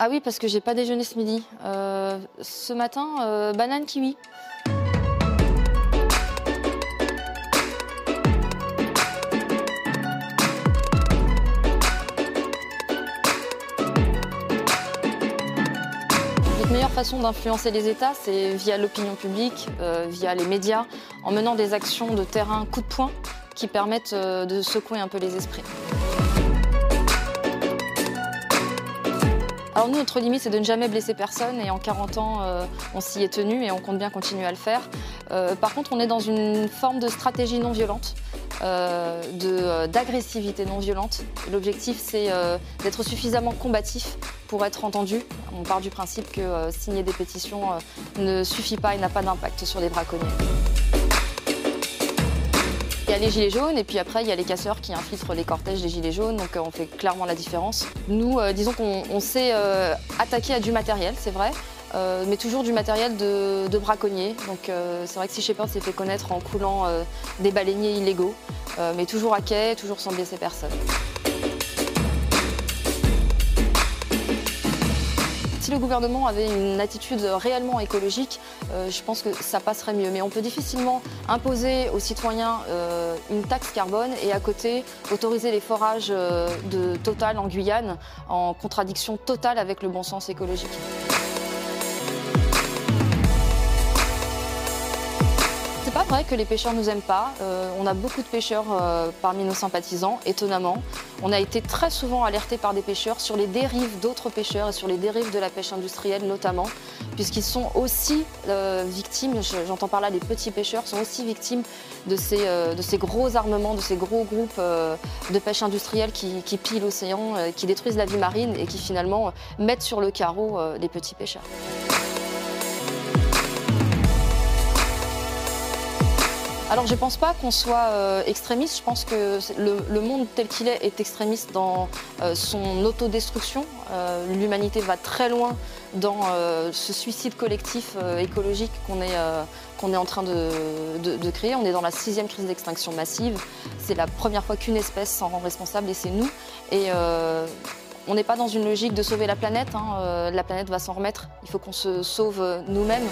Ah oui, parce que j'ai pas déjeuné ce midi. Ce matin, banane kiwi. Notre meilleure façon d'influencer les États, c'est via l'opinion publique, via les médias, en menant des actions de terrain coup de poing qui permettent de secouer un peu les esprits. Alors nous, notre limite, c'est de ne jamais blesser personne et en 40 ans, on s'y est tenu et on compte bien continuer à le faire. Par contre, on est dans une forme de stratégie non violente, d'agressivité non violente. L'objectif, c'est d'être suffisamment combatif pour être entendu. On part du principe que signer des pétitions ne suffit pas et n'a pas d'impact sur les braconniers. Il y a les gilets jaunes et puis après il y a les casseurs qui infiltrent les cortèges des gilets jaunes, donc on fait clairement la différence. Nous, disons qu'on s'est attaqué à du matériel, c'est vrai, mais toujours du matériel de braconniers. Donc c'est vrai que Sea Shepherd s'est fait connaître en coulant des baleiniers illégaux, mais toujours à quai, toujours sans blesser personne. Si le gouvernement avait une attitude réellement écologique, je pense que ça passerait mieux. Mais on peut difficilement imposer aux citoyens une taxe carbone et à côté autoriser les forages de Total en Guyane en contradiction totale avec le bon sens écologique. C'est pas vrai que les pêcheurs nous aiment pas. On a beaucoup de pêcheurs parmi nos sympathisants, étonnamment. On a été très souvent alertés par des pêcheurs sur les dérives d'autres pêcheurs et sur les dérives de la pêche industrielle notamment, puisqu'ils sont aussi victimes, j'entends par là les petits pêcheurs, sont aussi victimes de ces gros armements, de ces gros groupes de pêche industrielle qui pillent l'océan, qui détruisent la vie marine et qui finalement mettent sur le carreau les petits pêcheurs. Alors je ne pense pas qu'on soit extrémiste, je pense que le monde tel qu'il est extrémiste dans son autodestruction. L'humanité va très loin dans ce suicide collectif écologique qu'on est en train de créer. On est dans la 6e crise d'extinction massive. C'est la première fois qu'une espèce s'en rend responsable et c'est nous. Et on n'est pas dans une logique de sauver la planète, hein. La planète va s'en remettre, il faut qu'on se sauve nous-mêmes.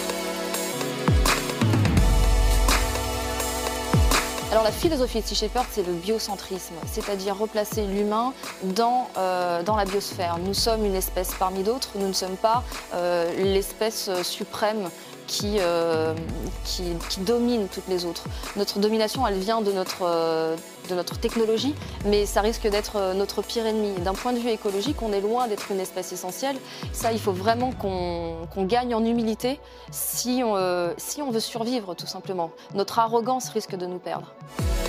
Alors la philosophie de Sea Shepherd, c'est le biocentrisme, c'est-à-dire replacer l'humain dans la biosphère. Nous sommes une espèce parmi d'autres, nous ne sommes pas l'espèce suprême qui domine toutes les autres. Notre domination, elle vient de notre technologie, mais ça risque d'être notre pire ennemi. D'un point de vue écologique, on est loin d'être une espèce essentielle. Ça, il faut vraiment qu'on gagne en humilité si on veut survivre, tout simplement. Notre arrogance risque de nous perdre.